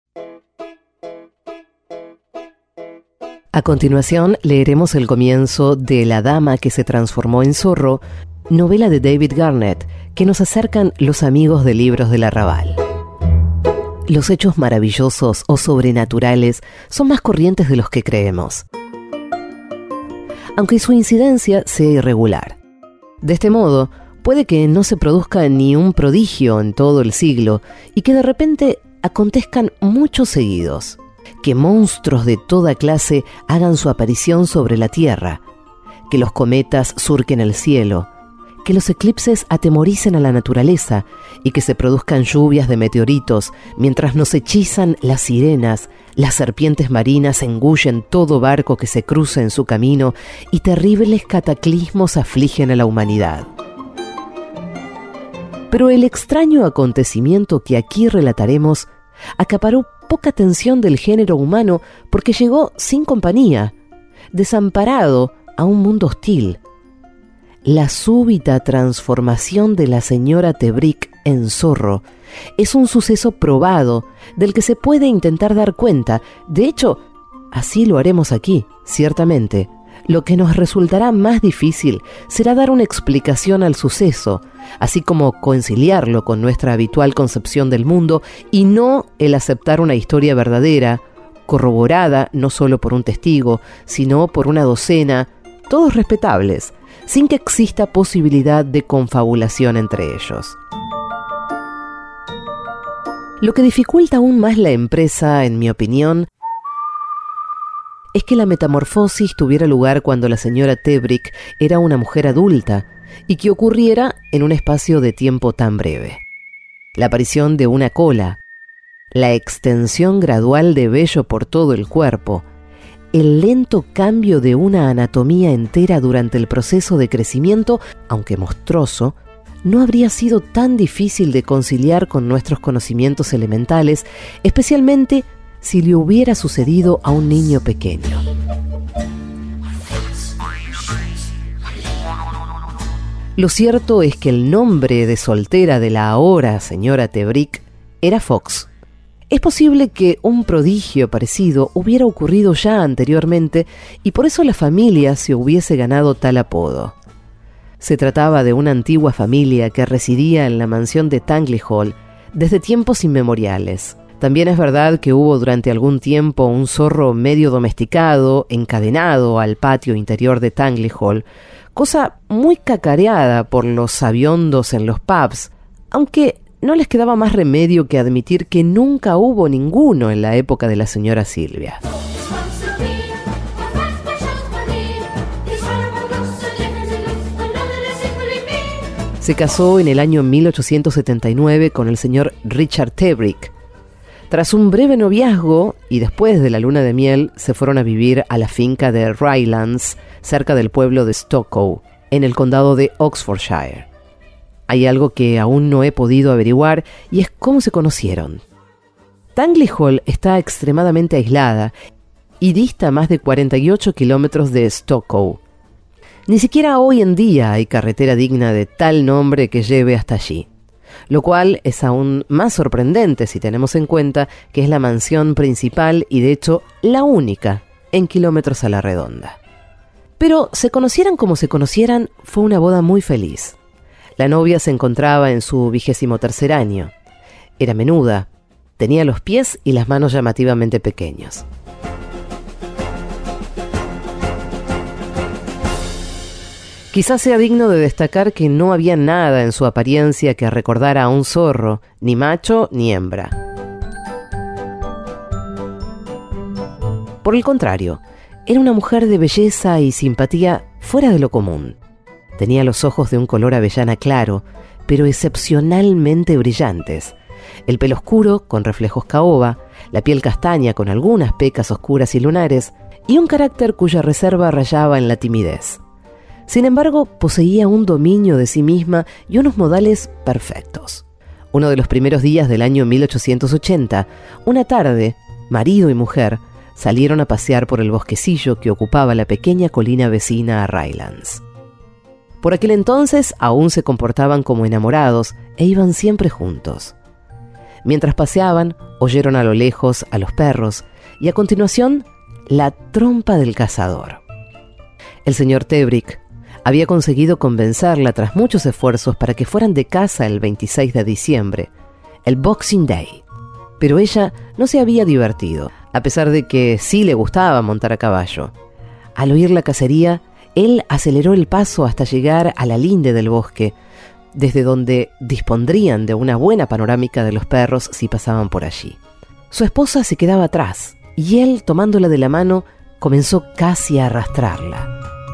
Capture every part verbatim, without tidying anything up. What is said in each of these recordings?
A continuación, leeremos el comienzo de La dama que se transformó en zorro, novela de David Garnett, que nos acercan los amigos de Libros del Arrabal. Los hechos maravillosos o sobrenaturales son más corrientes de los que creemos, aunque su incidencia sea irregular. De este modo, puede que no se produzca ni un prodigio en todo el siglo y que de repente acontezcan muchos seguidos. Que monstruos de toda clase hagan su aparición sobre la tierra, que los cometas surquen el cielo, que los eclipses atemoricen a la naturaleza y que se produzcan lluvias de meteoritos mientras nos hechizan las sirenas, las serpientes marinas engullen todo barco que se cruza en su camino y terribles cataclismos afligen a la humanidad. Pero el extraño acontecimiento que aquí relataremos acaparó poca atención del género humano porque llegó sin compañía, desamparado a un mundo hostil. La súbita transformación de la señora Tebrick en zorro es un suceso probado del que se puede intentar dar cuenta. De hecho, así lo haremos aquí, ciertamente. Lo que nos resultará más difícil será dar una explicación al suceso, así como conciliarlo con nuestra habitual concepción del mundo y no el aceptar una historia verdadera, corroborada no solo por un testigo, sino por una docena, todos respetables, sin que exista posibilidad de confabulación entre ellos. Lo que dificulta aún más la empresa, en mi opinión, es que la metamorfosis tuviera lugar cuando la señora Tebrick era una mujer adulta y que ocurriera en un espacio de tiempo tan breve. La aparición de una cola, la extensión gradual de vello por todo el cuerpo, el lento cambio de una anatomía entera durante el proceso de crecimiento, aunque monstruoso, no habría sido tan difícil de conciliar con nuestros conocimientos elementales, especialmente si le hubiera sucedido a un niño pequeño. Lo cierto es que el nombre de soltera de la ahora señora Tebrick era Fox. Es posible que un prodigio parecido hubiera ocurrido ya anteriormente y por eso la familia se hubiese ganado tal apodo. Se trataba de una antigua familia que residía en la mansión de Tangley Hall desde tiempos inmemoriales. También es verdad que hubo durante algún tiempo un zorro medio domesticado, encadenado al patio interior de Tangley Hall, cosa muy cacareada por los sabiondos en los pubs, aunque no les quedaba más remedio que admitir que nunca hubo ninguno en la época de la señora Silvia. Se casó en el año mil ochocientos setenta y nueve con el señor Richard Tebrick. Tras un breve noviazgo y después de la luna de miel, se fueron a vivir a la finca de Rylands, cerca del pueblo de Stokoe, en el condado de Oxfordshire. Hay algo que aún no he podido averiguar y es cómo se conocieron. Tangley Hall está extremadamente aislada y dista más de cuarenta y ocho kilómetros de Stokoe. Ni siquiera hoy en día hay carretera digna de tal nombre que lleve hasta allí, lo cual es aún más sorprendente si tenemos en cuenta que es la mansión principal y de hecho la única en kilómetros a la redonda. Pero se conocieran como se conocieran, fue una boda muy feliz. La novia se encontraba en su vigésimo tercer año. Era menuda, tenía los pies y las manos llamativamente pequeños. Quizás sea digno de destacar que no había nada en su apariencia que recordara a un zorro, ni macho ni hembra. Por el contrario, era una mujer de belleza y simpatía fuera de lo común. Tenía los ojos de un color avellana claro, pero excepcionalmente brillantes, el pelo oscuro con reflejos caoba, la piel castaña con algunas pecas oscuras y lunares, y un carácter cuya reserva rayaba en la timidez. Sin embargo, poseía un dominio de sí misma y unos modales perfectos. Uno de los primeros días del año mil ochocientos ochenta, una tarde, marido y mujer salieron a pasear por el bosquecillo que ocupaba la pequeña colina vecina a Rylands. Por aquel entonces aún se comportaban como enamorados e iban siempre juntos. Mientras paseaban, oyeron a lo lejos a los perros y a continuación la trompa del cazador. El señor Tebrick había conseguido convencerla tras muchos esfuerzos para que fueran de caza el veintiséis de diciembre, el Boxing Day. Pero ella no se había divertido, a pesar de que sí le gustaba montar a caballo. Al oír la cacería, él aceleró el paso hasta llegar a la linde del bosque, desde donde dispondrían de una buena panorámica de los perros si pasaban por allí. Su esposa se quedaba atrás, y él, tomándola de la mano, comenzó casi a arrastrarla.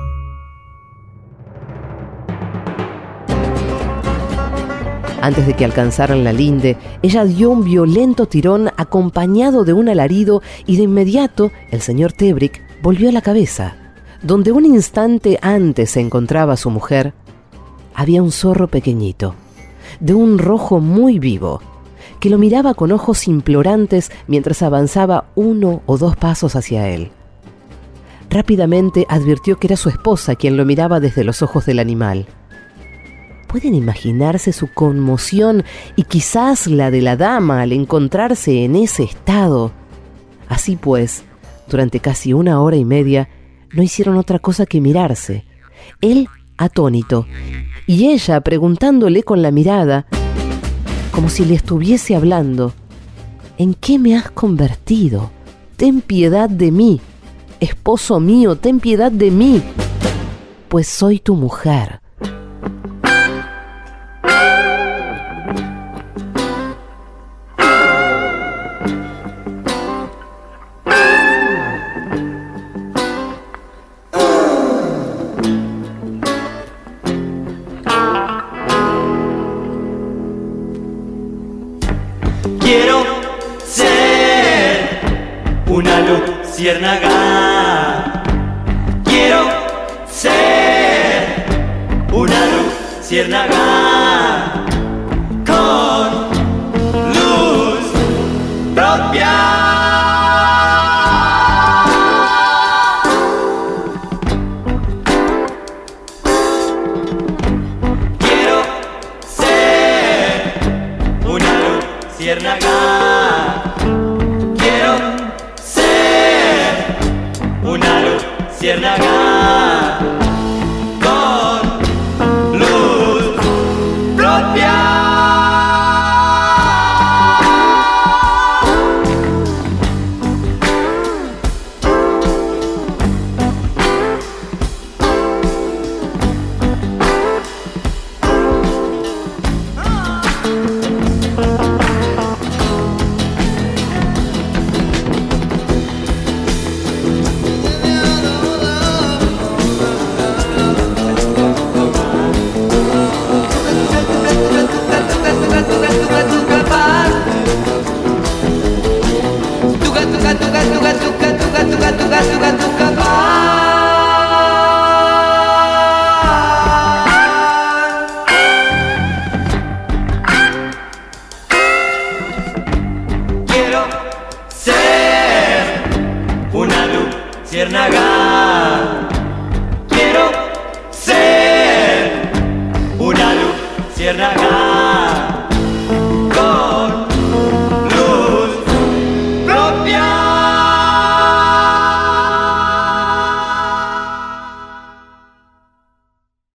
Antes de que alcanzaran la linde, ella dio un violento tirón acompañado de un alarido y de inmediato el señor Tebrick volvió la cabeza. Donde un instante antes se encontraba su mujer, había un zorro pequeñito, de un rojo muy vivo, que lo miraba con ojos implorantes mientras avanzaba uno o dos pasos hacia él. Rápidamente advirtió que era su esposa quien lo miraba desde los ojos del animal. ¿Pueden imaginarse su conmoción y quizás la de la dama al encontrarse en ese estado? Así pues, durante casi una hora y media, no hicieron otra cosa que mirarse. Él atónito, y ella preguntándole con la mirada, como si le estuviese hablando: ¿en qué me has convertido? Ten piedad de mí, esposo mío, ten piedad de mí, pues soy tu mujer. Quiero ser una luciérnaga. Quiero ser una luciérnaga con luz propia. Quiero ser una luciérnaga. Quiero ser una luciérnaga con luz propia. Quiero ser una luciérnaga. Quiero ser una luciérnaga.